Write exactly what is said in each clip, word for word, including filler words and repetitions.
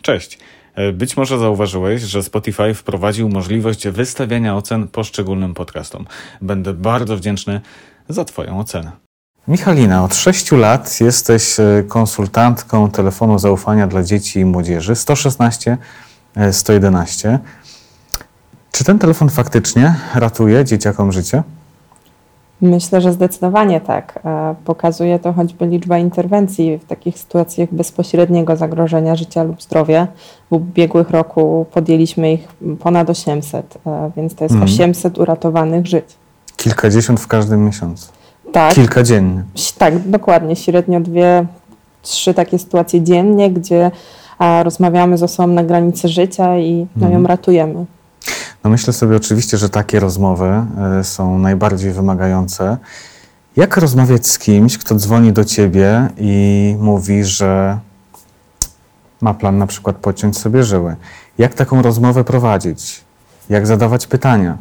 Cześć. Być może zauważyłeś, że Spotify wprowadził możliwość wystawiania ocen poszczególnym podcastom. Będę bardzo wdzięczny za Twoją ocenę. Michalina, od sześciu lat jesteś konsultantką telefonu zaufania dla dzieci i młodzieży sto szesnaście sto jedenaście. Czy ten telefon faktycznie ratuje dzieciakom życie? Myślę, że zdecydowanie tak. Pokazuje to choćby liczba interwencji w takich sytuacjach bezpośredniego zagrożenia życia lub zdrowia. W ubiegłych roku podjęliśmy ich ponad osiemset, więc to jest mm. osiemset uratowanych żyć. Kilkadziesiąt w każdym miesiącu. Tak. Kilka dziennie. Tak, dokładnie. Średnio dwie, trzy takie sytuacje dziennie, gdzie rozmawiamy z osobą na granicy życia i no, ją ratujemy. No myślę sobie oczywiście, że takie rozmowy y, są najbardziej wymagające. Jak rozmawiać z kimś, kto dzwoni do ciebie i mówi, że ma plan na przykład podciąć sobie żyły? Jak taką rozmowę prowadzić? Jak zadawać pytania?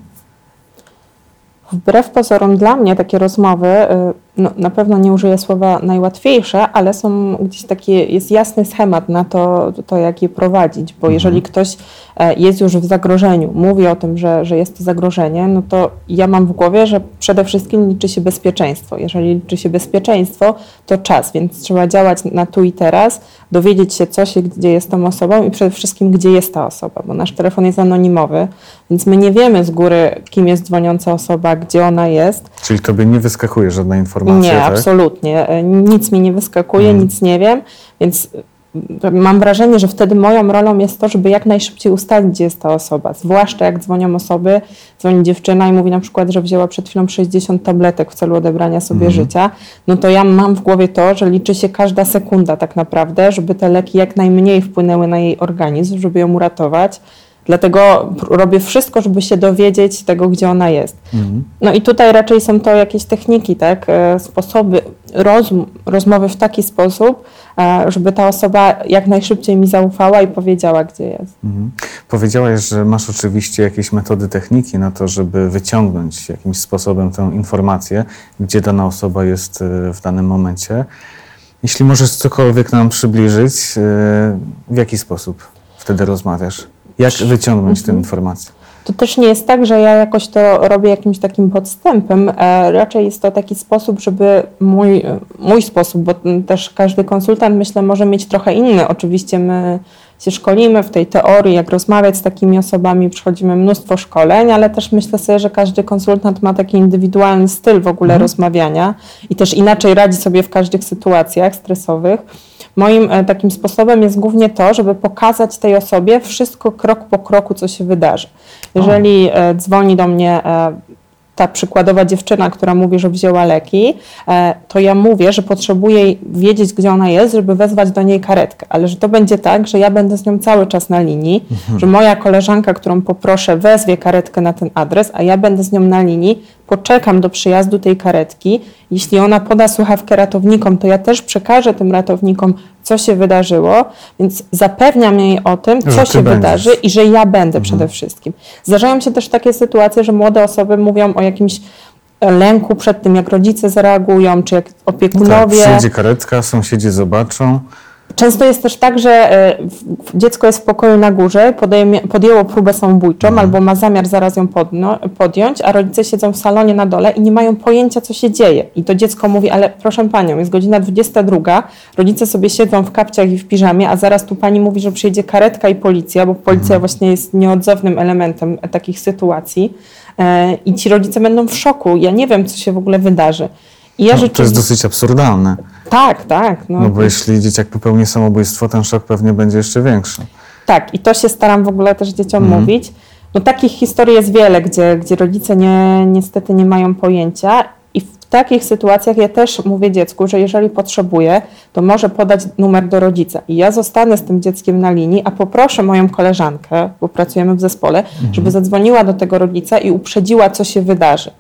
Wbrew pozorom dla mnie takie rozmowy, no, na pewno nie użyję słowa najłatwiejsze, ale są gdzieś taki, jest jasny schemat na to, to jak je prowadzić, bo mhm. jeżeli ktoś jest już w zagrożeniu, mówi o tym, że, że jest to zagrożenie, no to ja mam w głowie, że przede wszystkim liczy się bezpieczeństwo. Jeżeli liczy się bezpieczeństwo, to czas, więc trzeba działać na tu i teraz, dowiedzieć się, co się dzieje z tą osobą i przede wszystkim, gdzie jest ta osoba, bo nasz telefon jest anonimowy, więc my nie wiemy z góry, kim jest dzwoniąca osoba, gdzie ona jest. Czyli tobie nie wyskakuje żadna informacja? Nie, tak? absolutnie. Nic mi nie wyskakuje, hmm. nic nie wiem, więc mam wrażenie, że wtedy moją rolą jest to, żeby jak najszybciej ustalić, gdzie jest ta osoba. Zwłaszcza jak dzwonią osoby, dzwoni dziewczyna i mówi na przykład, że wzięła przed chwilą sześćdziesiąt tabletek w celu odebrania sobie hmm. życia, no to ja mam w głowie to, że liczy się każda sekunda tak naprawdę, żeby te leki jak najmniej wpłynęły na jej organizm, żeby ją uratować. Dlatego robię wszystko, żeby się dowiedzieć tego, gdzie ona jest. Mhm. No i tutaj raczej są to jakieś techniki, tak? Sposoby rozm- rozmowy w taki sposób, żeby ta osoba jak najszybciej mi zaufała i powiedziała, gdzie jest. Mhm. Powiedziałaś, że masz oczywiście jakieś metody, techniki na to, żeby wyciągnąć jakimś sposobem tę informację, gdzie dana osoba jest w danym momencie. Jeśli możesz cokolwiek nam przybliżyć, w jaki sposób wtedy rozmawiasz? Jak wyciągnąć tę informację? To też nie jest tak, że ja jakoś to robię jakimś takim podstępem. E, raczej jest to taki sposób, żeby mój, mój sposób, bo też każdy konsultant, myślę, może mieć trochę inny. Oczywiście my się szkolimy w tej teorii, jak rozmawiać z takimi osobami, przechodzimy mnóstwo szkoleń, ale też myślę sobie, że każdy konsultant ma taki indywidualny styl w ogóle mhm. rozmawiania i też inaczej radzi sobie w każdych sytuacjach stresowych. Moim e, takim sposobem jest głównie to, żeby pokazać tej osobie wszystko krok po kroku, co się wydarzy. Jeżeli e, dzwoni do mnie e, ta przykładowa dziewczyna, która mówi, że wzięła leki, e, to ja mówię, że potrzebuję wiedzieć, gdzie ona jest, żeby wezwać do niej karetkę. Ale że to będzie tak, że ja będę z nią cały czas na linii, mhm. że moja koleżanka, którą poproszę, wezwie karetkę na ten adres, a ja będę z nią na linii, poczekam do przyjazdu tej karetki. Jeśli ona poda słuchawkę ratownikom, to ja też przekażę tym ratownikom, co się wydarzyło, więc zapewniam jej o tym, co się będziesz. wydarzy i że ja będę mhm. przede wszystkim. Zdarzają się też takie sytuacje, że młode osoby mówią o jakimś lęku przed tym, jak rodzice zareagują, czy jak opiekunowie. Tak, przyjedzie karetka, sąsiedzi zobaczą. Często jest też tak, że dziecko jest w pokoju na górze, podejmie, podjęło próbę samobójczą mhm. albo ma zamiar zaraz ją podno, podjąć, a rodzice siedzą w salonie na dole i nie mają pojęcia, co się dzieje. I to dziecko mówi, ale proszę panią, jest godzina dwudziesta druga, rodzice sobie siedzą w kapciach i w piżamie, a zaraz tu pani mówi, że przyjedzie karetka i policja, bo policja mhm. właśnie jest nieodzownym elementem takich sytuacji. I ci rodzice będą w szoku. Ja nie wiem, co się w ogóle wydarzy. I ja no, rzeczywiście... To jest dosyć absurdalne. Tak, tak. No, no bo jeśli dzieciak popełni samobójstwo, ten szok pewnie będzie jeszcze większy. Tak, i to się staram w ogóle też dzieciom mhm. mówić. No takich historii jest wiele, gdzie, gdzie rodzice nie, niestety nie mają pojęcia i w takich sytuacjach ja też mówię dziecku, że jeżeli potrzebuje, to może podać numer do rodzica i ja zostanę z tym dzieckiem na linii, a poproszę moją koleżankę, bo pracujemy w zespole, mhm. żeby zadzwoniła do tego rodzica i uprzedziła, co się wydarzy.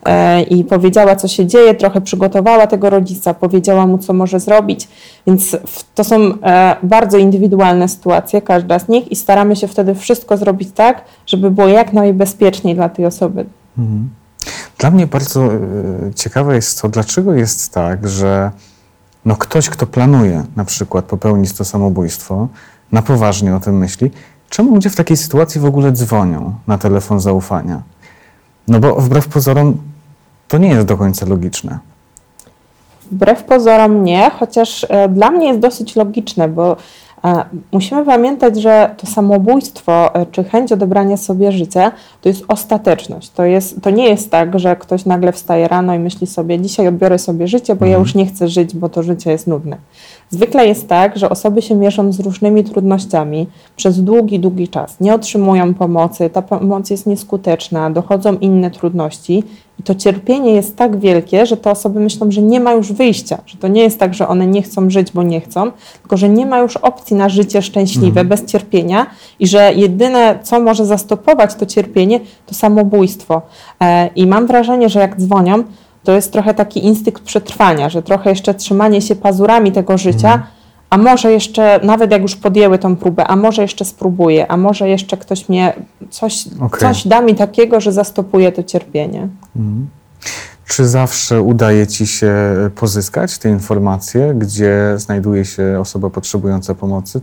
I powiedziała, co się dzieje, trochę przygotowała tego rodzica, powiedziała mu, co może zrobić, więc to są bardzo indywidualne sytuacje, każda z nich i staramy się wtedy wszystko zrobić tak, żeby było jak najbezpieczniej dla tej osoby. Mhm. Dla mnie bardzo ciekawe jest to, dlaczego jest tak, że no ktoś, kto planuje na przykład popełnić to samobójstwo, na poważnie o tym myśli, czemu ludzie w takiej sytuacji w ogóle dzwonią na telefon zaufania? No bo wbrew pozorom to nie jest do końca logiczne. Wbrew pozorom nie, chociaż e, dla mnie jest dosyć logiczne, bo e, musimy pamiętać, że to samobójstwo e, czy chęć odebrania sobie życia to jest ostateczność. To, jest, to nie jest tak, że ktoś nagle wstaje rano i myśli sobie, dzisiaj odbiorę sobie życie, bo mhm. ja już nie chcę żyć, bo to życie jest nudne. Zwykle jest tak, że osoby się mierzą z różnymi trudnościami przez długi, długi czas. Nie otrzymują pomocy, ta pomoc jest nieskuteczna, dochodzą inne trudności i to cierpienie jest tak wielkie, że te osoby myślą, że nie ma już wyjścia, że to nie jest tak, że one nie chcą żyć, bo nie chcą, tylko że nie ma już opcji na życie szczęśliwe, mhm. bez cierpienia i że jedyne, co może zastopować to cierpienie, to samobójstwo. I mam wrażenie, że jak dzwonią, to jest trochę taki instynkt przetrwania, że trochę jeszcze trzymanie się pazurami tego życia, mhm. a może jeszcze, nawet jak już podjęły tą próbę, a może jeszcze spróbuję, a może jeszcze ktoś mnie, coś, okay. coś da mi takiego, że zastopuje to cierpienie. Mhm. Czy zawsze udaje ci się pozyskać te informacje, gdzie znajduje się osoba potrzebująca pomocy?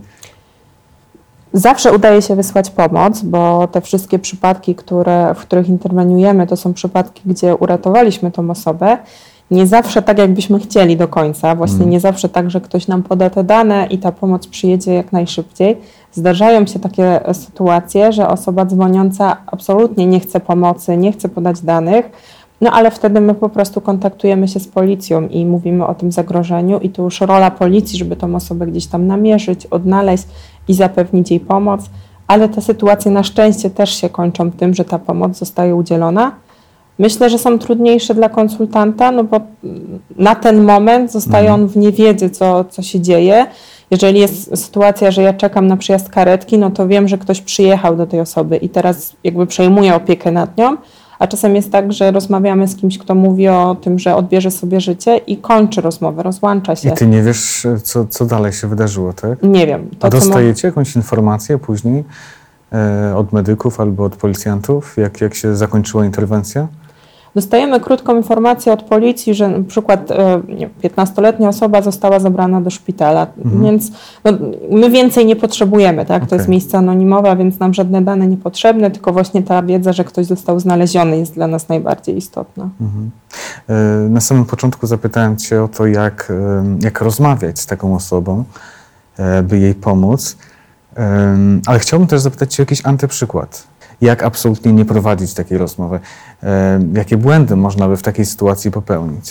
Zawsze udaje się wysłać pomoc, bo te wszystkie przypadki, które, w których interweniujemy, to są przypadki, gdzie uratowaliśmy tą osobę. Nie zawsze tak, jakbyśmy chcieli do końca. Właśnie hmm. nie zawsze tak, że ktoś nam poda te dane i ta pomoc przyjedzie jak najszybciej. Zdarzają się takie sytuacje, że osoba dzwoniąca absolutnie nie chce pomocy, nie chce podać danych, no ale wtedy my po prostu kontaktujemy się z policją i mówimy o tym zagrożeniu i to już rola policji, żeby tą osobę gdzieś tam namierzyć, odnaleźć i zapewnić jej pomoc, ale te sytuacje na szczęście też się kończą tym, że ta pomoc zostaje udzielona. Myślę, że są trudniejsze dla konsultanta, no bo na ten moment zostaje on w niewiedzy, co, co się dzieje. Jeżeli jest sytuacja, że ja czekam na przyjazd karetki, no to wiem, że ktoś przyjechał do tej osoby i teraz jakby przejmuje opiekę nad nią, a czasem jest tak, że rozmawiamy z kimś, kto mówi o tym, że odbierze sobie życie i kończy rozmowę, rozłącza się. I ty nie wiesz, co, co dalej się wydarzyło, tak? Nie wiem. To, a dostajecie jakąś informację później e, od medyków albo od policjantów, jak, jak się zakończyła interwencja? Dostajemy krótką informację od policji, że na przykład piętnastoletnia osoba została zabrana do szpitala, mhm. więc no, my więcej nie potrzebujemy, tak? Okay. To jest miejsce anonimowe, więc nam żadne dane niepotrzebne, tylko właśnie ta wiedza, że ktoś został znaleziony, jest dla nas najbardziej istotna. Mhm. Na samym początku zapytałem cię o to, jak, jak rozmawiać z taką osobą, by jej pomóc, ale chciałbym też zapytać cię o jakiś antyprzykład. Jak absolutnie nie prowadzić takiej rozmowy? E, jakie błędy można by w takiej sytuacji popełnić?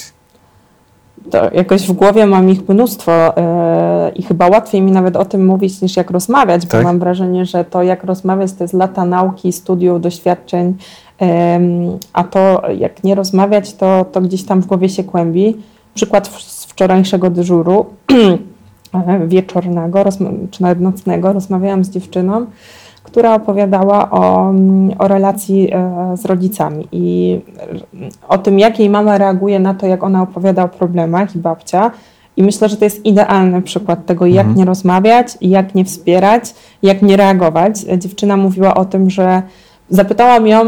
To jakoś w głowie mam ich mnóstwo e, i chyba łatwiej mi nawet o tym mówić niż jak rozmawiać, tak? Bo mam wrażenie, że to jak rozmawiać to jest lata nauki, studiów, doświadczeń, e, a to jak nie rozmawiać, to, to gdzieś tam w głowie się kłębi. Przykład z wczorajszego dyżuru wieczornego, czy nawet nocnego, rozmawiałam z dziewczyną, która opowiadała o, o relacji e, z rodzicami i o tym, jak jej mama reaguje na to, jak ona opowiada o problemach i babcia. I myślę, że to jest idealny przykład tego, jak mhm. nie rozmawiać, jak nie wspierać, jak nie reagować. Dziewczyna mówiła o tym, że zapytałam ją,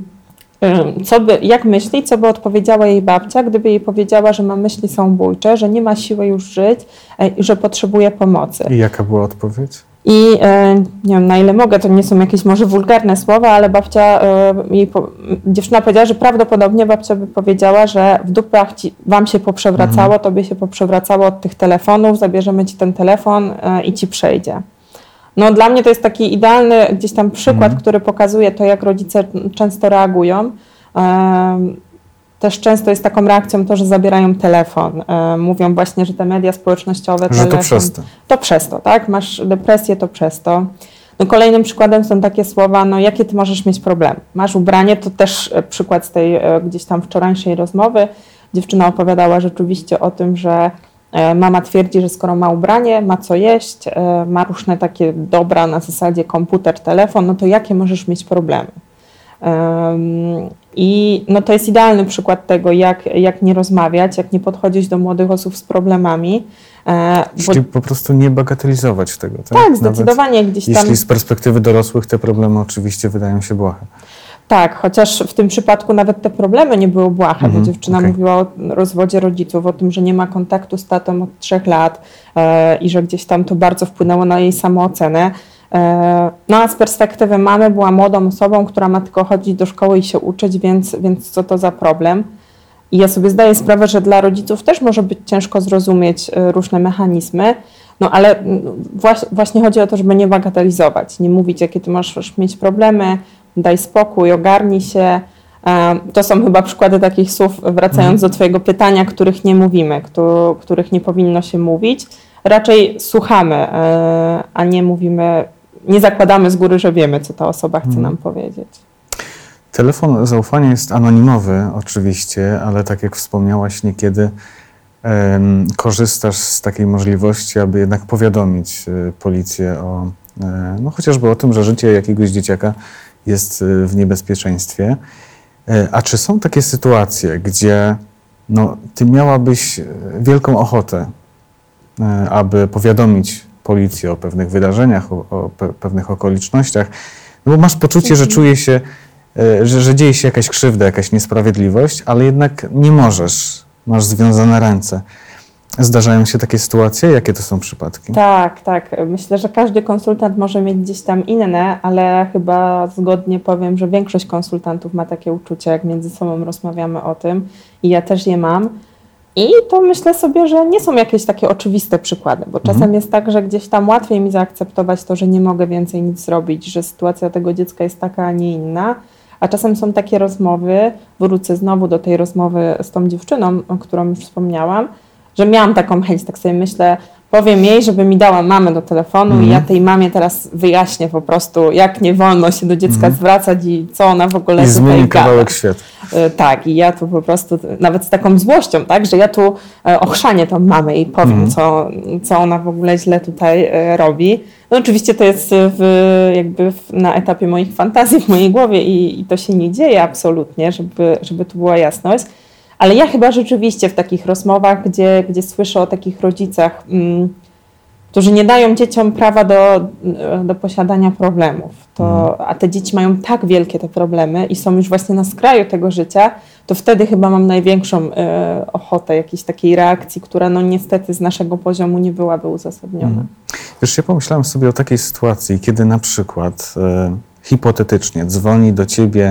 co by, jak myśli, co by odpowiedziała jej babcia, gdyby jej powiedziała, że ma myśli samobójcze, że nie ma siły już żyć i że potrzebuje pomocy. I jaka była odpowiedź? I e, nie wiem, na ile mogę, to nie są jakieś może wulgarne słowa, ale babcia, e, jej po, dziewczyna powiedziała, że prawdopodobnie babcia by powiedziała, że w dupach ci, wam się poprzewracało, mhm. tobie się poprzewracało od tych telefonów, zabierzemy ci ten telefon e, i ci przejdzie. No dla mnie to jest taki idealny gdzieś tam przykład, mhm. który pokazuje to, jak rodzice często reagują. E, Też często jest taką reakcją to, że zabierają telefon. E, mówią właśnie, że te media społecznościowe... Że telefon, to przez to. To przez to, tak? Masz depresję, to przez to. No kolejnym przykładem są takie słowa, no jakie ty możesz mieć problemy? Masz ubranie, to też przykład z tej e, gdzieś tam wczorajszej rozmowy. Dziewczyna opowiadała rzeczywiście o tym, że e, mama twierdzi, że skoro ma ubranie, ma co jeść, e, ma różne takie dobra na zasadzie komputer, telefon, no to jakie możesz mieć problemy? I no to jest idealny przykład tego, jak, jak nie rozmawiać, jak nie podchodzić do młodych osób z problemami. Czyli bo, po prostu nie bagatelizować tego, tak? Tak, zdecydowanie. Nawet gdzieś tam. Jeśli z perspektywy dorosłych te problemy oczywiście wydają się błahe. Tak, chociaż w tym przypadku nawet te problemy nie były błahe, mhm, bo dziewczyna okay. mówiła o rozwodzie rodziców, o tym, że nie ma kontaktu z tatą od trzech lat e, i że gdzieś tam to bardzo wpłynęło na jej samoocenę. E, no a z perspektywy mamy była młodą osobą, która ma tylko chodzić do szkoły i się uczyć, więc, więc co to za problem? I ja sobie zdaję sprawę, że dla rodziców też może być ciężko zrozumieć różne mechanizmy, no ale właśnie chodzi o to, żeby nie bagatelizować, nie mówić, jakie ty możesz mieć problemy, daj spokój, ogarnij się. To są chyba przykłady takich słów, wracając do twojego pytania, których nie mówimy, których nie powinno się mówić. Raczej słuchamy, a nie mówimy, nie zakładamy z góry, że wiemy, co ta osoba chce nam powiedzieć. Telefon zaufania jest anonimowy oczywiście, ale tak jak wspomniałaś, niekiedy um, korzystasz z takiej możliwości, aby jednak powiadomić y, policję o, y, no chociażby o tym, że życie jakiegoś dzieciaka jest y, w niebezpieczeństwie. Y, a czy są takie sytuacje, gdzie no, ty miałabyś wielką ochotę, y, aby powiadomić policję o pewnych wydarzeniach, o, o pe- pewnych okolicznościach, no bo masz poczucie, że czuje się Że, że dzieje się jakaś krzywda, jakaś niesprawiedliwość, ale jednak nie możesz, masz związane ręce. Zdarzają się takie sytuacje? Jakie to są przypadki? Tak, tak. Myślę, że każdy konsultant może mieć gdzieś tam inne, ale chyba zgodnie powiem, że większość konsultantów ma takie uczucie, jak między sobą rozmawiamy o tym i ja też je mam. I to myślę sobie, że nie są jakieś takie oczywiste przykłady, bo czasem mhm. jest tak, że gdzieś tam łatwiej mi zaakceptować to, że nie mogę więcej nic zrobić, że sytuacja tego dziecka jest taka, a nie inna. A czasem są takie rozmowy, wrócę znowu do tej rozmowy z tą dziewczyną, o którą już wspomniałam, że miałam taką chęć, tak sobie myślę, powiem jej, żeby mi dała mamę do telefonu mm. i ja tej mamie teraz wyjaśnię po prostu, jak nie wolno się do dziecka mm. zwracać i co ona w ogóle I tutaj zmieni gada. kawałek świata. Tak, i ja tu po prostu, nawet z taką złością, tak, że ja tu ochrzanię tą mamę i powiem, mm. co, co ona w ogóle źle tutaj robi. No oczywiście to jest w, jakby w, na etapie moich fantazji w mojej głowie i, i to się nie dzieje absolutnie, żeby, żeby tu była jasność. Ale ja chyba rzeczywiście w takich rozmowach, gdzie, gdzie słyszę o takich rodzicach, mm, którzy nie dają dzieciom prawa do, do posiadania problemów, to, a te dzieci mają tak wielkie te problemy i są już właśnie na skraju tego życia, to wtedy chyba mam największą y, ochotę jakiejś takiej reakcji, która no niestety z naszego poziomu nie byłaby uzasadniona. Hmm. Wiesz, ja pomyślałem sobie o takiej sytuacji, kiedy na przykład y, hipotetycznie dzwoni do ciebie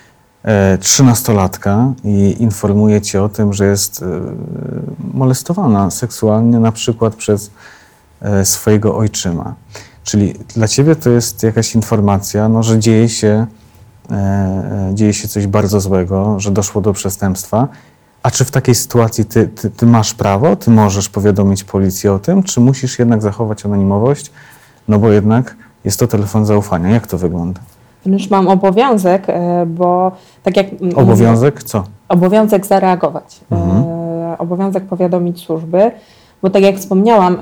trzynastolatka i informuje cię o tym, że jest molestowana seksualnie na przykład przez swojego ojczyma. Czyli dla ciebie to jest jakaś informacja, no, że dzieje się, dzieje się coś bardzo złego, że doszło do przestępstwa. A czy w takiej sytuacji ty, ty, ty masz prawo, ty możesz powiadomić policję o tym, czy musisz jednak zachować anonimowość? No bo jednak jest to telefon zaufania. Jak to wygląda? Wręcz mam obowiązek, bo tak jak... Obowiązek co? Obowiązek zareagować. Mhm. Obowiązek powiadomić służby, bo tak jak wspomniałam,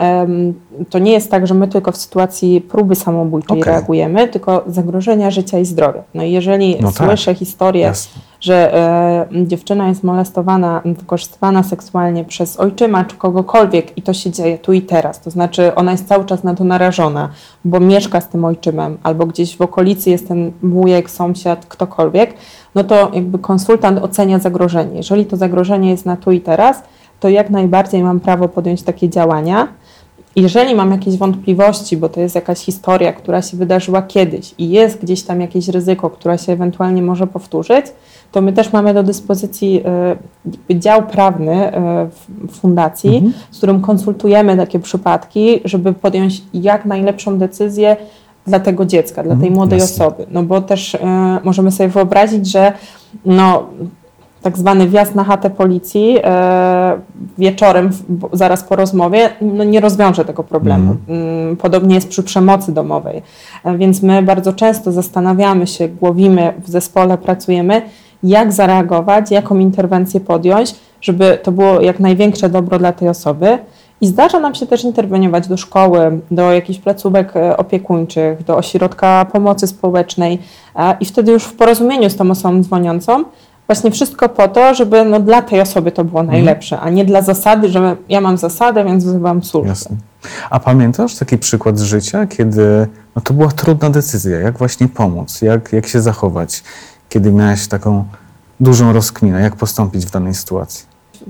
to nie jest tak, że my tylko w sytuacji próby samobójczej okay. reagujemy, tylko zagrożenia życia i zdrowia. No i jeżeli no słyszę tak. historię, Jasne. że e, dziewczyna jest molestowana, wykorzystywana seksualnie przez ojczyma czy kogokolwiek i to się dzieje tu i teraz, to znaczy ona jest cały czas na to narażona, bo mieszka z tym ojczymem albo gdzieś w okolicy jest ten wujek, sąsiad, ktokolwiek, no to jakby konsultant ocenia zagrożenie. Jeżeli to zagrożenie jest na tu i teraz, to jak najbardziej mam prawo podjąć takie działania. Jeżeli mam jakieś wątpliwości, bo to jest jakaś historia, która się wydarzyła kiedyś i jest gdzieś tam jakieś ryzyko, które się ewentualnie może powtórzyć, to my też mamy do dyspozycji y, dział prawny y, w fundacji, mhm. z którym konsultujemy takie przypadki, żeby podjąć jak najlepszą decyzję dla tego dziecka, dla tej młodej Jasne. osoby. No bo też y, możemy sobie wyobrazić, że no, tak zwany wjazd na chatę policji e, wieczorem, w, zaraz po rozmowie, no nie rozwiąże tego problemu. Mm. Podobnie jest przy przemocy domowej. E, więc my bardzo często zastanawiamy się, głowimy, w zespole pracujemy, jak zareagować, jaką interwencję podjąć, żeby to było jak największe dobro dla tej osoby. I zdarza nam się też interweniować do szkoły, do jakichś placówek opiekuńczych, do ośrodka pomocy społecznej e, i wtedy już w porozumieniu z tą osobą dzwoniącą właśnie wszystko po to, żeby no, dla tej osoby to było najlepsze, a nie dla zasady, że ja mam zasadę, więc wzywam służbę. Jasne. A pamiętasz taki przykład z życia, kiedy no, to była trudna decyzja, jak właśnie pomóc, jak, jak się zachować, kiedy miałaś taką dużą rozkminę? Jak postąpić w danej sytuacji?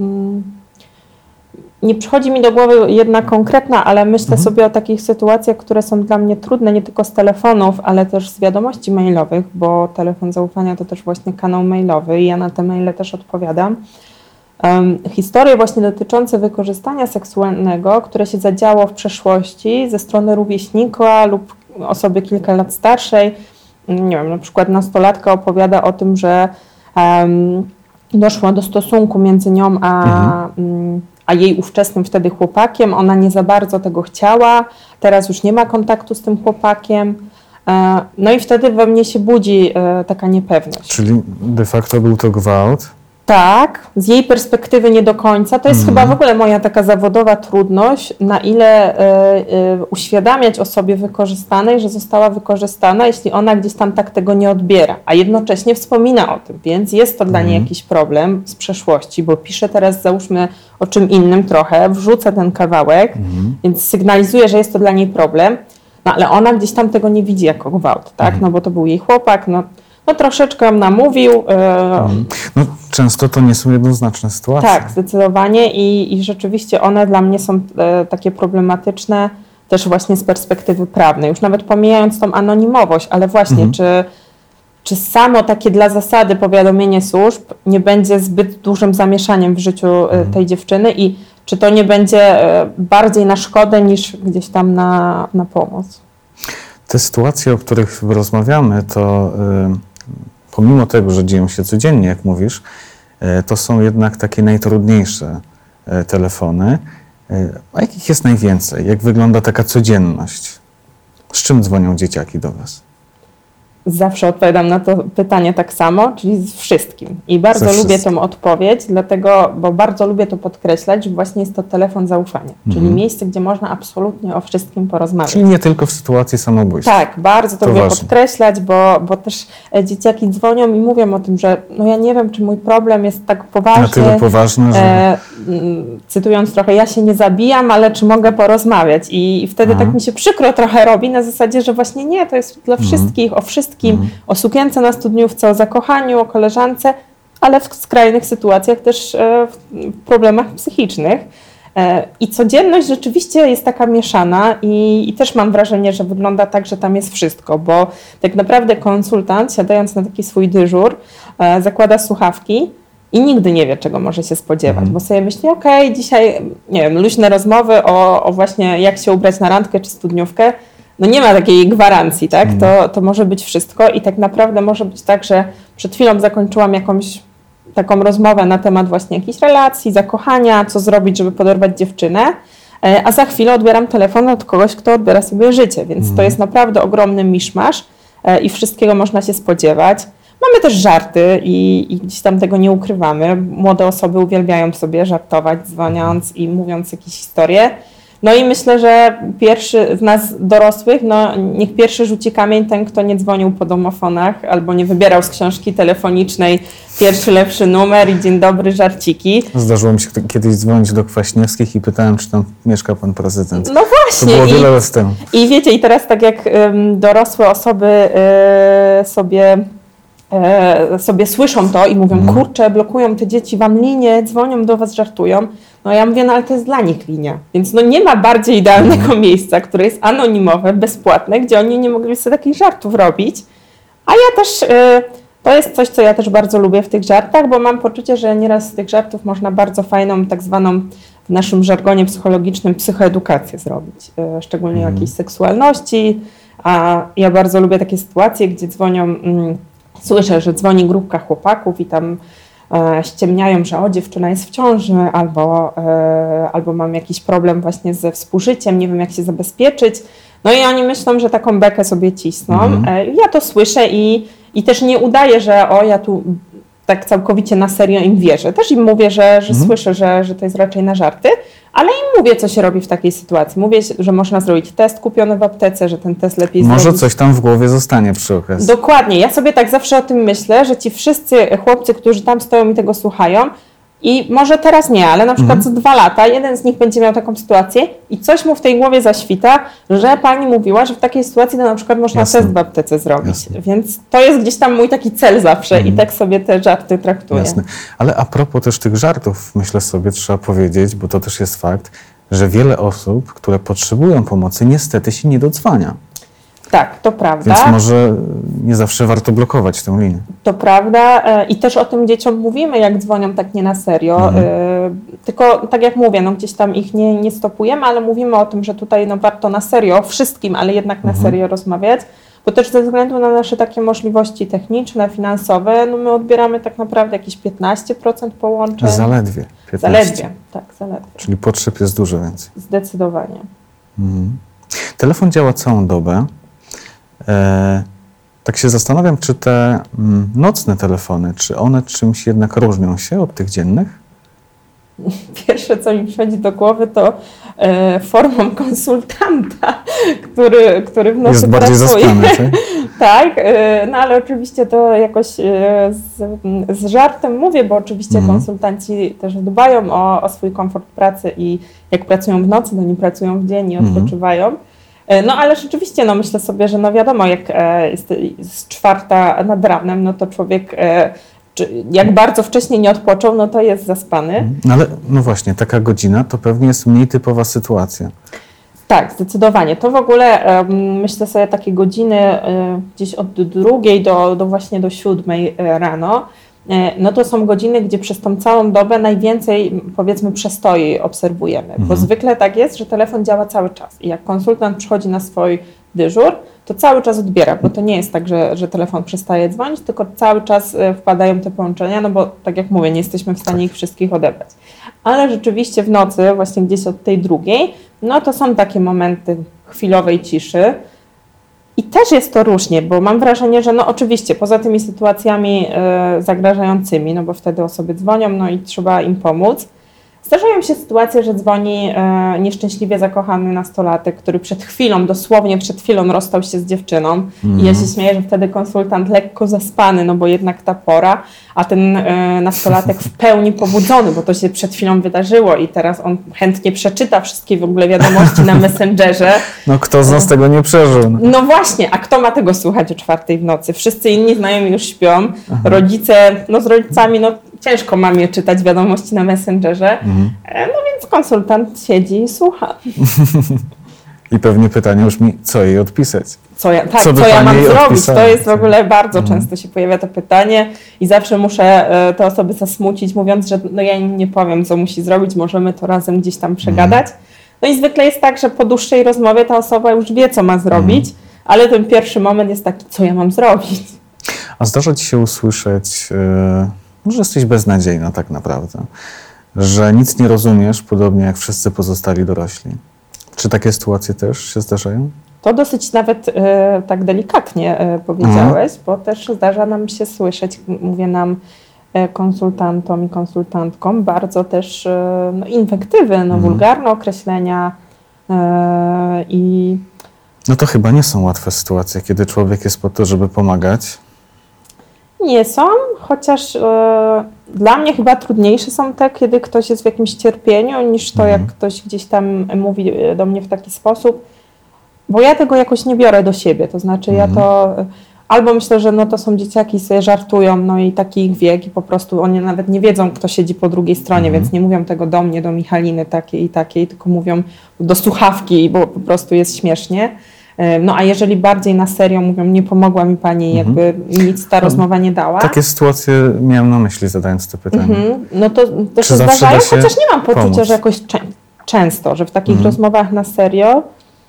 Nie przychodzi mi do głowy jedna konkretna, ale myślę mhm. sobie o takich sytuacjach, które są dla mnie trudne, nie tylko z telefonów, ale też z wiadomości mailowych, bo telefon zaufania to też właśnie kanał mailowy i ja na te maile też odpowiadam. Um, historie właśnie dotyczące wykorzystania seksualnego, które się zadziało w przeszłości ze strony rówieśnika lub osoby kilka lat starszej. Nie wiem, na przykład nastolatka opowiada o tym, że um, doszło do stosunku między nią a, mhm. a jej ówczesnym wtedy chłopakiem. Ona nie za bardzo tego chciała, teraz już nie ma kontaktu z tym chłopakiem. No i wtedy we mnie się budzi taka niepewność. Czyli de facto był to gwałt? Tak, z jej perspektywy nie do końca. To jest mm. chyba w ogóle moja taka zawodowa trudność, na ile y, y, uświadamiać osobie wykorzystanej, że została wykorzystana, jeśli ona gdzieś tam tak tego nie odbiera, a jednocześnie wspomina o tym, więc jest to mm. dla niej jakiś problem z przeszłości, bo pisze teraz, załóżmy, o czym innym trochę, wrzuca ten kawałek, mm. więc sygnalizuje, że jest to dla niej problem, no ale ona gdzieś tam tego nie widzi jako gwałt, tak, mm. no bo to był jej chłopak, no No troszeczkę ją namówił. Hmm. No, często to nie są jednoznaczne sytuacje. Tak, zdecydowanie i, i rzeczywiście one dla mnie są e, takie problematyczne też właśnie z perspektywy prawnej. Już nawet pomijając tą anonimowość, ale właśnie hmm. czy, czy samo takie dla zasady powiadomienie służb nie będzie zbyt dużym zamieszaniem w życiu hmm. tej dziewczyny i czy to nie będzie e, bardziej na szkodę niż gdzieś tam na, na pomoc. Te sytuacje, o których rozmawiamy, to y, pomimo tego, że dzieją się codziennie, jak mówisz, y, to są jednak takie najtrudniejsze y, telefony. Y, a jakich jest najwięcej? Jak wygląda taka codzienność? Z czym dzwonią dzieciaki do was? Zawsze odpowiadam na to pytanie tak samo, czyli z wszystkim. I bardzo Ze lubię tą odpowiedź, dlatego, bo bardzo lubię to podkreślać, że właśnie jest to telefon zaufania, mhm. czyli miejsce, gdzie można absolutnie o wszystkim porozmawiać. Czyli nie tylko w sytuacji samobójstwa. Tak, bardzo to, to lubię ważne. podkreślać, bo, bo też dzieciaki dzwonią i mówią o tym, że no ja nie wiem, czy mój problem jest tak poważny. Na tyle poważny, że... E, cytując trochę, ja się nie zabijam, ale czy mogę porozmawiać? I, i wtedy Aha. tak mi się przykro trochę robi na zasadzie, że właśnie nie, to jest dla wszystkich, mhm. o wszystkim. Mm. O sukience na studniówce, o zakochaniu, o koleżance, ale w skrajnych sytuacjach też e, w problemach psychicznych. E, I codzienność rzeczywiście jest taka mieszana i, i też mam wrażenie, że wygląda tak, że tam jest wszystko, bo tak naprawdę konsultant, siadając na taki swój dyżur, e, zakłada słuchawki i nigdy nie wie, czego może się spodziewać, mm. bo sobie myśli, okej, okay, dzisiaj, nie wiem, luźne rozmowy o, o właśnie jak się ubrać na randkę czy studniówkę. No nie ma takiej gwarancji, tak? Mm. To, to może być wszystko i tak naprawdę może być tak, że przed chwilą zakończyłam jakąś taką rozmowę na temat właśnie jakiejś relacji, zakochania, co zrobić, żeby poderwać dziewczynę, a za chwilę odbieram telefon od kogoś, kto odbiera sobie życie, więc mm. to jest naprawdę ogromny miszmasz i wszystkiego można się spodziewać. Mamy też żarty i, i gdzieś tam tego nie ukrywamy. Młode osoby uwielbiają sobie żartować, dzwoniąc i mówiąc jakieś historie. No i myślę, że pierwszy z nas dorosłych, no niech pierwszy rzuci kamień ten, kto nie dzwonił po domofonach albo nie wybierał z książki telefonicznej pierwszy lepszy numer i dzień dobry, żarciki. Zdarzyło mi się kiedyś dzwonić do Kwaśniewskich i pytałem, czy tam mieszka pan prezydent. No właśnie. To było wiele I, lat temu. I wiecie, i teraz tak jak um, dorosłe osoby y, sobie... sobie słyszą to i mówią, mm. kurczę, blokują te dzieci wam linię, dzwonią do was, żartują. No ja mówię, no ale to jest dla nich linia. Więc no nie ma bardziej idealnego mm. miejsca, które jest anonimowe, bezpłatne, gdzie oni nie mogli sobie takich żartów robić. A ja też, y, to jest coś, co ja też bardzo lubię w tych żartach, bo mam poczucie, że nieraz z tych żartów można bardzo fajną, tak zwaną w naszym żargonie psychologicznym psychoedukację zrobić. Y, szczególnie mm. o jakiejś seksualności. A ja bardzo lubię takie sytuacje, gdzie dzwonią... Mm, Słyszę, że dzwoni grupka chłopaków i tam e, ściemniają, że o, dziewczyna jest w ciąży albo, e, albo mam jakiś problem właśnie ze współżyciem, nie wiem jak się zabezpieczyć. No i oni myślą, że taką bekę sobie cisną. Mhm. E, ja to słyszę i, i też nie udaję, że o, ja tu tak całkowicie na serio im wierzę. Też im mówię, że, że mhm. słyszę, że, że to jest raczej na żarty, ale im mówię, co się robi w takiej sytuacji. Mówię, że można zrobić test kupiony w aptece, że ten test lepiej Może zrobić. coś tam w głowie zostanie przy okazji. Dokładnie. Ja sobie tak zawsze o tym myślę, że ci wszyscy chłopcy, którzy tam stoją i tego słuchają, I może teraz nie, ale na przykład Mhm. za dwa lata jeden z nich będzie miał taką sytuację i coś mu w tej głowie zaświta, że pani mówiła, że w takiej sytuacji to na przykład można Jasne. test w aptece zrobić. Jasne. Więc to jest gdzieś tam mój taki cel zawsze Mhm. i tak sobie te żarty traktuję. Jasne. Ale a propos też tych żartów, myślę sobie, trzeba powiedzieć, bo to też jest fakt, że wiele osób, które potrzebują pomocy, niestety się nie dodzwania. Tak, to prawda. Więc może nie zawsze warto blokować tę linię. To prawda e, i też o tym dzieciom mówimy, jak dzwonią tak nie na serio. Mhm. E, tylko tak jak mówię, no gdzieś tam ich nie, nie stopujemy, ale mówimy o tym, że tutaj no warto na serio, wszystkim, ale jednak na Mhm. serio rozmawiać, bo też ze względu na nasze takie możliwości techniczne, finansowe, no my odbieramy tak naprawdę jakieś piętnaście procent połączeń. Zaledwie piętnaście. Zaledwie, tak, zaledwie. Czyli potrzeb jest dużo więcej. Zdecydowanie. Mhm. Telefon działa całą dobę. E, tak się zastanawiam, czy te mm, nocne telefony, czy one czymś jednak różnią się od tych dziennych? Pierwsze, co mi przychodzi do głowy, to e, formą konsultanta, który, który w nocy Jest bardziej pracuje. zaspany, tak? Tak, e, no ale oczywiście to jakoś e, z, z żartem mówię, bo oczywiście Mhm. konsultanci też dbają o, o swój komfort pracy i jak pracują w nocy, to nie pracują w dzień i Mhm. odpoczywają. E, No ale rzeczywiście, no myślę sobie, że no wiadomo, jak e, jest, jest czwarta nad ranem, no to człowiek e, czy jak bardzo wcześniej nie odpoczął, no to jest zaspany. No ale no właśnie, taka godzina to pewnie jest mniej typowa sytuacja. Tak, zdecydowanie. To w ogóle em, myślę sobie takie godziny e, gdzieś od drugiej do, do właśnie do siódmej e, rano. E, no to są godziny, gdzie przez tą całą dobę najwięcej powiedzmy przestoi obserwujemy. Bo Mhm. zwykle tak jest, że telefon działa cały czas i jak konsultant przychodzi na swój dyżur, to cały czas odbiera, bo to nie jest tak, że, że telefon przestaje dzwonić, tylko cały czas e, wpadają te połączenia, no bo tak jak mówię, nie jesteśmy w stanie ich wszystkich odebrać. Ale rzeczywiście w nocy, właśnie gdzieś od tej drugiej, no to są takie momenty chwilowej ciszy. I też jest to różnie, bo mam wrażenie, że no oczywiście poza tymi sytuacjami e, zagrażającymi, no bo wtedy osoby dzwonią, no i trzeba im pomóc. Zdarzają się sytuacje, że dzwoni e, nieszczęśliwie zakochany nastolatek, który przed chwilą, dosłownie przed chwilą rozstał się z dziewczyną Mhm. i ja się śmieję, że wtedy konsultant lekko zaspany, no bo jednak ta pora, a ten e, nastolatek w pełni pobudzony, bo to się przed chwilą wydarzyło i teraz on chętnie przeczyta wszystkie w ogóle wiadomości na Messengerze. No kto z nas tego nie przeżył? No. No właśnie, a kto ma tego słuchać o czwartej w nocy? Wszyscy inni znajomi już śpią, rodzice, no z rodzicami, no ciężko mamie czytać wiadomości na Messengerze, Mhm. e, no więc konsultant siedzi i słucha. I pewnie pytanie brzmi, co jej odpisać? Co ja, tak, Co by co ja pani mam jej zrobić? odpisała? To jest w ogóle bardzo Mhm. często się pojawia to pytanie i zawsze muszę e, te osoby zasmucić, mówiąc, że no ja im nie powiem, co musi zrobić, możemy to razem gdzieś tam przegadać. No i zwykle jest tak, że po dłuższej rozmowie ta osoba już wie, co ma zrobić, ale ten pierwszy moment jest taki, co ja mam zrobić? A zdarza ci się usłyszeć, yy, że jesteś beznadziejna tak naprawdę, że nic nie rozumiesz, podobnie jak wszyscy pozostali dorośli. Czy takie sytuacje też się zdarzają? To dosyć nawet e, tak delikatnie e, powiedziałeś, bo też zdarza nam się słyszeć, m- mówię nam e, konsultantom i konsultantkom, bardzo też e, no, inwektywy, no, Mhm. wulgarne określenia e, i No to chyba nie są łatwe sytuacje, kiedy człowiek jest po to, żeby pomagać. nie są, chociaż e, dla mnie chyba trudniejsze są te, kiedy ktoś jest w jakimś cierpieniu, niż to, Mhm. jak ktoś gdzieś tam mówi e, do mnie w taki sposób, bo ja tego jakoś nie biorę do siebie, to znaczy Mhm. ja to e, albo myślę, że no to są dzieciaki, sobie żartują, no i taki ich wiek i po prostu oni nawet nie wiedzą, kto siedzi po drugiej stronie, Mhm. więc nie mówią tego do mnie, do Michaliny takiej i takiej, tylko mówią do słuchawki, bo po prostu jest śmiesznie. E, No a jeżeli bardziej na serio mówią, nie pomogła mi pani, Mhm. jakby nic ta rozmowa nie dała. Takie sytuacje miałem na myśli, zadając to pytanie. Mhm. No to też Czy się zawsze zdarzają, da się chociaż nie mam poczucia, pomóc? że jakoś czę- często, że w takich Mhm. rozmowach na serio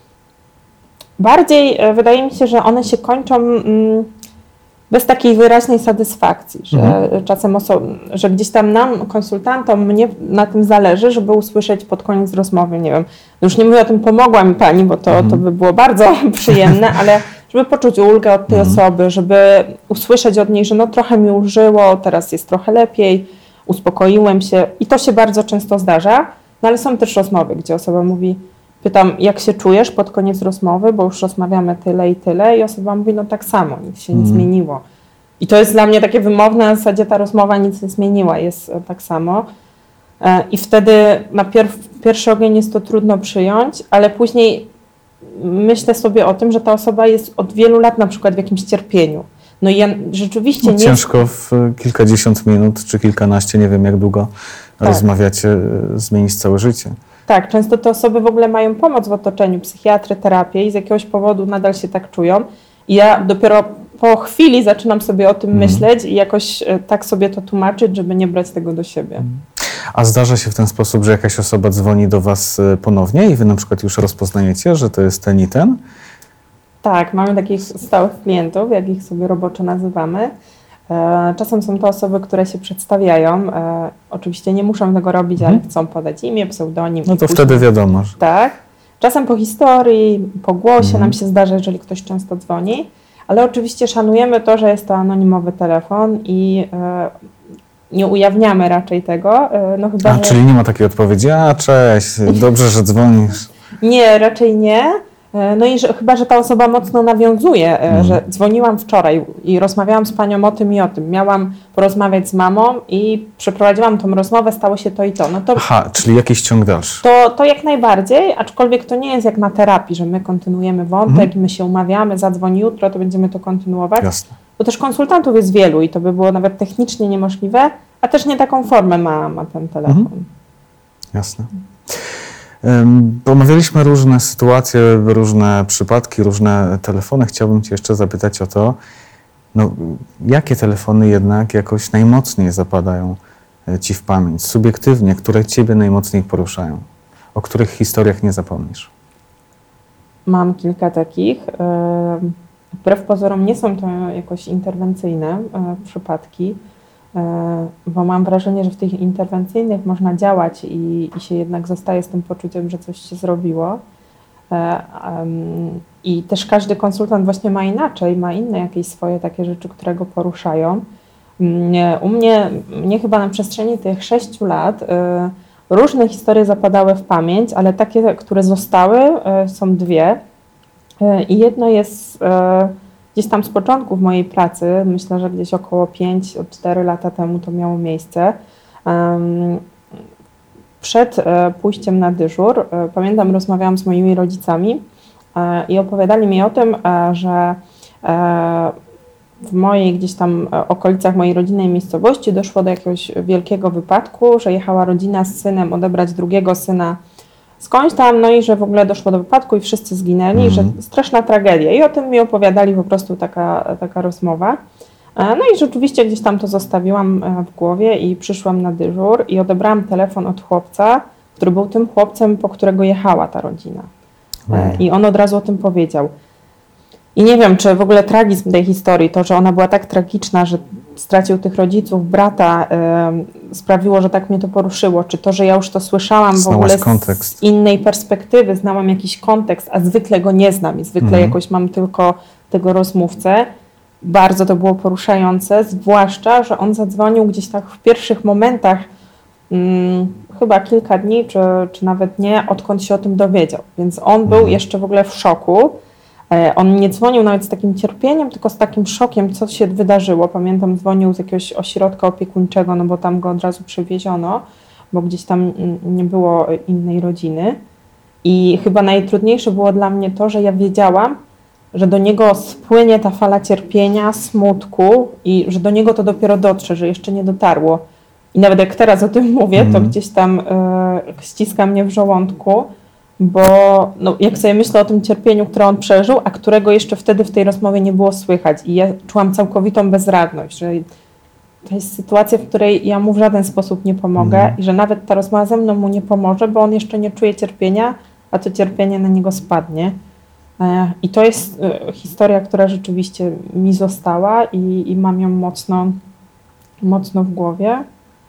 bardziej e, wydaje mi się, że one się kończą mm, bez takiej wyraźnej satysfakcji, że Mhm. czasem oso- że gdzieś tam nam, konsultantom, mnie na tym zależy, żeby usłyszeć pod koniec rozmowy, nie wiem, już nie mówię o tym, pomogła mi pani, bo to, Mhm. to by było bardzo przyjemne, ale żeby poczuć ulgę od tej Mhm. osoby, żeby usłyszeć od niej, że no trochę mi ulżyło, teraz jest trochę lepiej, uspokoiłem się i to się bardzo często zdarza, no ale są też rozmowy, gdzie osoba mówi, pytam, jak się czujesz pod koniec rozmowy, bo już rozmawiamy tyle i tyle i osoba mówi, no tak samo, nic się nie Mhm. zmieniło. I to jest dla mnie takie wymowne, na zasadzie ta rozmowa nic nie zmieniła, jest e, tak samo. I wtedy na pier- pierwszy ogień jest to trudno przyjąć, ale później myślę sobie o tym, że ta osoba jest od wielu lat na przykład w jakimś cierpieniu. No i ja rzeczywiście no, nie... Ciężko w kilkadziesiąt minut czy kilkanaście, nie wiem jak długo tak. rozmawiacie, zmienić całe życie. Tak, często te osoby w ogóle mają pomoc w otoczeniu, psychiatry, terapię i z jakiegoś powodu nadal się tak czują. I ja dopiero po chwili zaczynam sobie o tym mm. myśleć i jakoś tak sobie to tłumaczyć, żeby nie brać tego do siebie. A zdarza się w ten sposób, że jakaś osoba dzwoni do was ponownie i wy na przykład już rozpoznajecie, że to jest ten i ten? Tak, mamy takich stałych klientów, jak ich sobie roboczo nazywamy. Czasem są to osoby, które się przedstawiają. Oczywiście nie muszą tego robić, hmm. ale chcą podać imię, pseudonim. No to wtedy wiadomo. Że... Tak. Czasem po historii, po głosie hmm. nam się zdarza, jeżeli ktoś często dzwoni. Ale oczywiście szanujemy to, że jest to anonimowy telefon i nie ujawniamy raczej tego. No chyba, a, że... czyli nie ma takiej odpowiedzi, a cześć, dobrze, że dzwonisz. Nie, raczej nie. No i że, chyba, że ta osoba mocno nawiązuje, mm. że dzwoniłam wczoraj i rozmawiałam z panią o tym i o tym. Miałam porozmawiać z mamą i przeprowadziłam tą rozmowę, stało się to i to. No to Aha, czyli jakiś ciąg dalszy. To, to jak najbardziej, aczkolwiek to nie jest jak na terapii, że my kontynuujemy wątek, mm. my się umawiamy, zadzwoni jutro, to będziemy to kontynuować. Jasne. Bo też konsultantów jest wielu i to by było nawet technicznie niemożliwe, a też nie taką formę ma, ma ten telefon. Mm. Jasne. Omawialiśmy różne sytuacje, różne przypadki, różne telefony. Chciałbym cię jeszcze zapytać o to, no, jakie telefony jednak jakoś najmocniej zapadają ci w pamięć, subiektywnie, które ciebie najmocniej poruszają, o których historiach nie zapomnisz? Mam kilka takich. Wbrew pozorom nie są to jakoś interwencyjne przypadki, bo mam wrażenie, że w tych interwencyjnych można działać i, i się jednak zostaje z tym poczuciem, że coś się zrobiło. I też każdy konsultant właśnie ma inaczej, ma inne jakieś swoje takie rzeczy, które go poruszają. U mnie, mnie chyba na przestrzeni tych sześciu lat różne historie zapadały w pamięć, ale takie, które zostały, są dwie. I jedno jest gdzieś tam z początków mojej pracy, myślę, że gdzieś około pięć cztery lata temu to miało miejsce. Przed pójściem na dyżur, pamiętam, rozmawiałam z moimi rodzicami i opowiadali mi o tym, że w mojej gdzieś tam okolicach mojej rodzinnej miejscowości doszło do jakiegoś wielkiego wypadku, że jechała rodzina z synem odebrać drugiego syna skądś tam, no i że w ogóle doszło do wypadku i wszyscy zginęli, mm. że straszna tragedia. I o tym mi opowiadali po prostu taka, taka rozmowa. No i rzeczywiście gdzieś tam to zostawiłam w głowie i przyszłam na dyżur i odebrałam telefon od chłopca, który był tym chłopcem, po którego jechała ta rodzina. Mm. I on od razu o tym powiedział. I nie wiem, czy w ogóle tragizm tej historii, to, że ona była tak tragiczna, że stracił tych rodziców, brata, yy, sprawiło, że tak mnie to poruszyło, czy to, że ja już to słyszałam Znałaś w ogóle kontekst. z innej perspektywy, znałam jakiś kontekst, a zwykle go nie znam i zwykle mhm. jakoś mam tylko tego rozmówcę. Bardzo to było poruszające, zwłaszcza, że on zadzwonił gdzieś tak w pierwszych momentach, yy, chyba kilka dni, czy, czy nawet nie, odkąd się o tym dowiedział. Więc on mhm. był jeszcze w ogóle w szoku. On nie dzwonił nawet z takim cierpieniem, tylko z takim szokiem, co się wydarzyło. Pamiętam, dzwonił z jakiegoś ośrodka opiekuńczego, no bo tam go od razu przewieziono, bo gdzieś tam nie było innej rodziny. I chyba najtrudniejsze było dla mnie to, że ja wiedziałam, że do niego spłynie ta fala cierpienia, smutku i że do niego to dopiero dotrze, że jeszcze nie dotarło. I nawet jak teraz o tym mówię, mm. to gdzieś tam y, ściska mnie w żołądku, bo no, jak sobie myślę o tym cierpieniu, które on przeżył, a którego jeszcze wtedy w tej rozmowie nie było słychać i ja czułam całkowitą bezradność, że to jest sytuacja, w której ja mu w żaden sposób nie pomogę mm. i że nawet ta rozmowa ze mną mu nie pomoże, bo on jeszcze nie czuje cierpienia, a to cierpienie na niego spadnie. I to jest historia, która rzeczywiście mi została i, i mam ją mocno, mocno w głowie.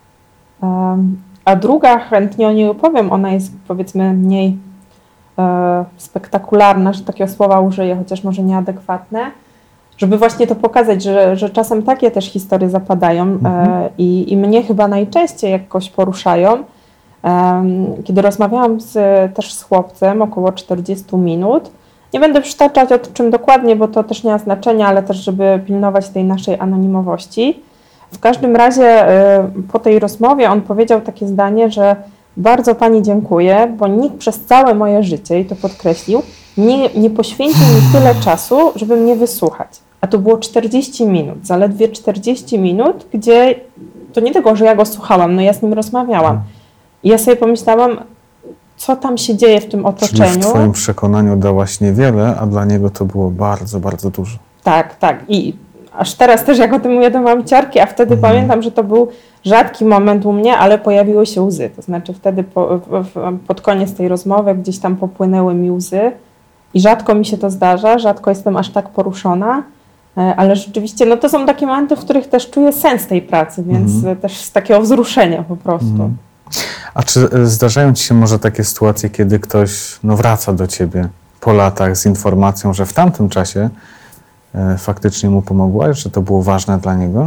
A druga, chętnie o niej opowiem, ona jest powiedzmy mniej e, spektakularna, że takiego słowa użyję, chociaż może nieadekwatne, żeby właśnie to pokazać, że, że czasem takie też historie zapadają mhm. e, i, i mnie chyba najczęściej jakoś poruszają. E, kiedy rozmawiałam z, też z chłopcem około czterdzieści minut, nie będę przytaczać o czym dokładnie, bo to też nie ma znaczenia, ale też żeby pilnować tej naszej anonimowości. w każdym razie po tej rozmowie on powiedział takie zdanie, że bardzo Pani dziękuję, bo nikt przez całe moje życie, i to podkreślił, nie, nie poświęcił mi tyle czasu, żeby mnie wysłuchać. A to było czterdzieści minut, zaledwie czterdzieści minut, gdzie to nie tylko, że ja go słuchałam, no ja z nim rozmawiałam. I ja sobie pomyślałam, co tam się dzieje w tym otoczeniu. Czyli w Twoim przekonaniu dałaś niewiele, a dla niego to było bardzo, bardzo dużo. Tak, tak. I aż teraz też jak o tym mówię, to mam ciarki, a wtedy mhm. pamiętam, że to był rzadki moment u mnie, ale pojawiły się łzy. To znaczy wtedy po, pod koniec tej rozmowy gdzieś tam popłynęły mi łzy i rzadko mi się to zdarza, rzadko jestem aż tak poruszona, ale rzeczywiście no to są takie momenty, w których też czuję sens tej pracy, więc mhm. też z takiego wzruszenia po prostu. Mhm. A czy zdarzają Ci się może takie sytuacje, kiedy ktoś no, wraca do Ciebie po latach z informacją, że w tamtym czasie e, faktycznie mu pomogłaś, że to było ważne dla niego?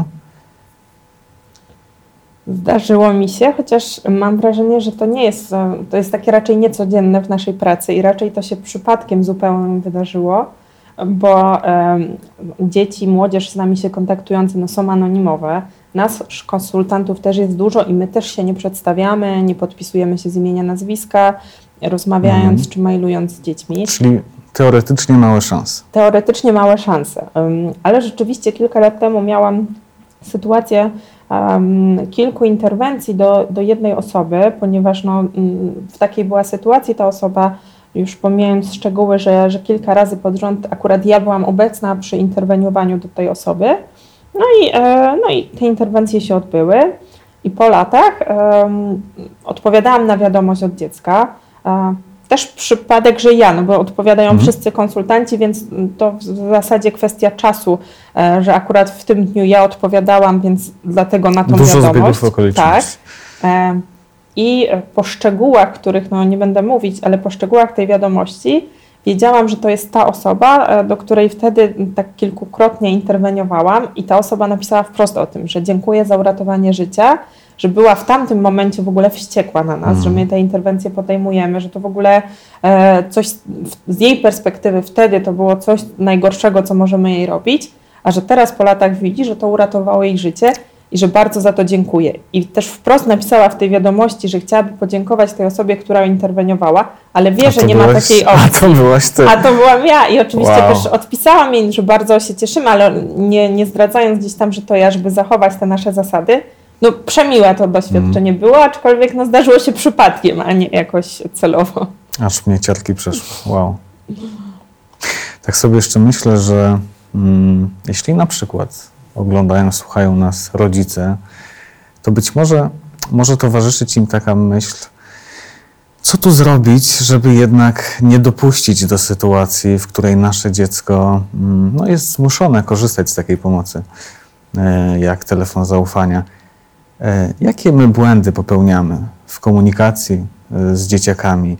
Zdarzyło mi się, chociaż mam wrażenie, że to nie jest, to jest takie raczej niecodzienne w naszej pracy i raczej to się przypadkiem zupełnie wydarzyło, bo e, dzieci, młodzież z nami się kontaktujące no, są anonimowe. Nas, konsultantów, też jest dużo i my też się nie przedstawiamy, nie podpisujemy się z imienia, nazwiska, rozmawiając mhm. czy mailując z dziećmi. Czyli teoretycznie małe szanse. Teoretycznie małe szanse, um, ale rzeczywiście kilka lat temu miałam sytuację um, kilku interwencji do, do jednej osoby, ponieważ no, w takiej była sytuacji ta osoba, już pomijając szczegóły, że, że kilka razy pod rząd akurat ja byłam obecna przy interweniowaniu do tej osoby. No i, no i te interwencje się odbyły i po latach um, odpowiadałam na wiadomość od dziecka. Um, też przypadek, że ja, no bo odpowiadają mhm. wszyscy konsultanci, więc to w zasadzie kwestia czasu, e, że akurat w tym dniu ja odpowiadałam, więc dlatego na tą Dużo wiadomość. zbiegów okoliczności. Tak. E, I po szczegółach, których no nie będę mówić, ale po szczegółach tej wiadomości wiedziałam, że to jest ta osoba, do której wtedy tak kilkukrotnie interweniowałam i ta osoba napisała wprost o tym, że dziękuję za uratowanie życia, że była w tamtym momencie w ogóle wściekła na nas, mm. że my te interwencje podejmujemy, że to w ogóle e, coś z jej perspektywy wtedy to było coś najgorszego, co możemy jej robić, a że teraz po latach widzi, że to uratowało jej życie i że bardzo za to dziękuję. I też wprost napisała w tej wiadomości, że chciałaby podziękować tej osobie, która interweniowała, ale wie, że nie byłeś, ma takiej opcji. A to byłaś ty. A to byłam ja i oczywiście wow. też odpisałam jej, że bardzo się cieszymy, ale nie, nie zdradzając gdzieś tam, że to ja, żeby zachować te nasze zasady. No przemiłe to doświadczenie mm. było, aczkolwiek no, zdarzyło się przypadkiem, a nie jakoś celowo. Aż mnie ciarki przeszły. Wow. Tak sobie jeszcze myślę, że mm, jeśli na przykład oglądają, słuchają nas rodzice, to być może może towarzyszyć im taka myśl, co tu zrobić, żeby jednak nie dopuścić do sytuacji, w której nasze dziecko no, jest zmuszone korzystać z takiej pomocy, jak telefon zaufania. Jakie my błędy popełniamy w komunikacji z dzieciakami?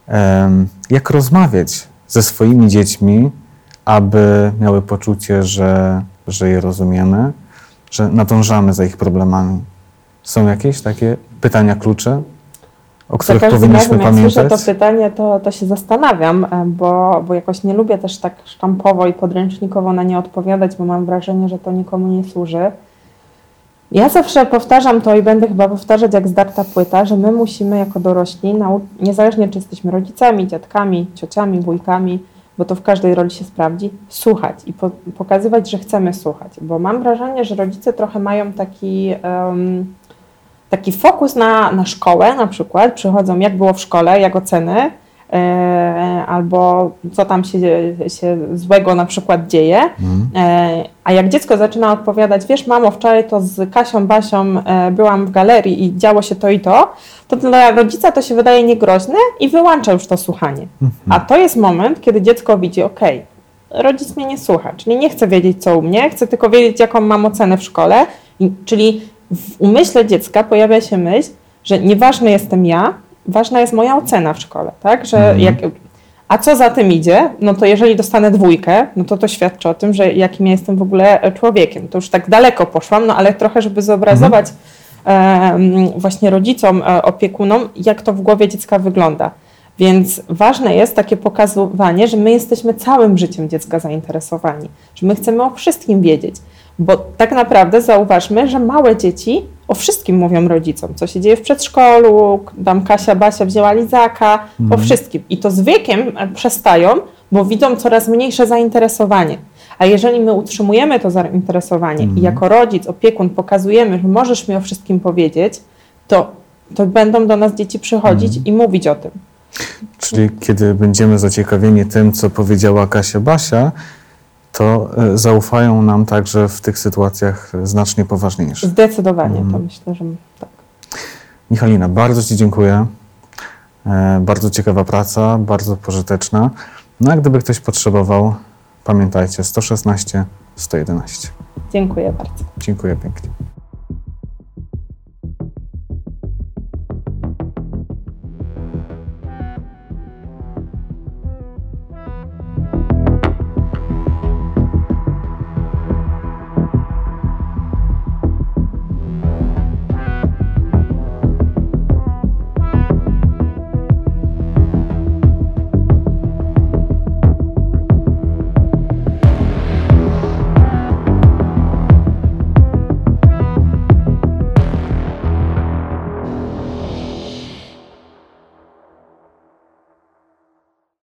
Jak rozmawiać ze swoimi dziećmi, aby miały poczucie, że że je rozumiemy, że nadążamy za ich problemami. Są jakieś takie pytania klucze, o których powinniśmy razem, pamiętać? Jak słyszę to pytanie, to, to się zastanawiam, bo, bo jakoś nie lubię też tak sztampowo i podręcznikowo na nie odpowiadać, bo mam wrażenie, że to nikomu nie służy. Ja zawsze powtarzam to i będę chyba powtarzać jak zdarta płyta, że my musimy jako dorośli, niezależnie czy jesteśmy rodzicami, dziadkami, ciociami, wujkami, bo to w każdej roli się sprawdzi, słuchać i po, pokazywać, że chcemy słuchać. Bo mam wrażenie, że rodzice trochę mają taki, um, taki fokus na, na szkołę na przykład, przychodzą jak było w szkole, jak oceny, e, albo co tam się, się złego na przykład dzieje. Mm. E, a jak dziecko zaczyna odpowiadać, wiesz mamo, wczoraj to z Kasią, Basią e, byłam w galerii i działo się to i to, to dla rodzica to się wydaje niegroźne i wyłącza już to słuchanie. Mm-hmm. A to jest moment, kiedy dziecko widzi, okej, okay, rodzic mnie nie słucha, czyli nie chce wiedzieć co u mnie, chce tylko wiedzieć jaką mam ocenę w szkole, I, czyli w umyśle dziecka pojawia się myśl, że nieważny jestem ja, ważna jest moja ocena w szkole, tak? Że mm-hmm. jak, a co za tym idzie? No to jeżeli dostanę dwójkę, no to to świadczy o tym, że jakim ja jestem w ogóle człowiekiem. To już tak daleko poszłam, no ale trochę, żeby zobrazować mm-hmm. e, właśnie rodzicom, e, opiekunom, jak to w głowie dziecka wygląda. Więc ważne jest takie pokazywanie, że my jesteśmy całym życiem dziecka zainteresowani, że my chcemy o wszystkim wiedzieć. Bo tak naprawdę zauważmy, że małe dzieci o wszystkim mówią rodzicom, co się dzieje w przedszkolu, tam Kasia, Basia wzięła lizaka, mhm. o wszystkim. I to z wiekiem przestają, bo widzą coraz mniejsze zainteresowanie. A jeżeli my utrzymujemy to zainteresowanie mhm. i jako rodzic, opiekun pokazujemy, że możesz mi o wszystkim powiedzieć, to, to będą do nas dzieci przychodzić mhm. i mówić o tym. Czyli kiedy będziemy zaciekawieni tym, co powiedziała Kasia, Basia, to zaufają nam także w tych sytuacjach znacznie poważniejszych. Zdecydowanie, hmm. to myślę, że tak. Michalina, bardzo Ci dziękuję. E, bardzo ciekawa praca, bardzo pożyteczna. No a gdyby ktoś potrzebował, pamiętajcie, sto szesnaście sto jedenaście. Dziękuję bardzo. Dziękuję pięknie.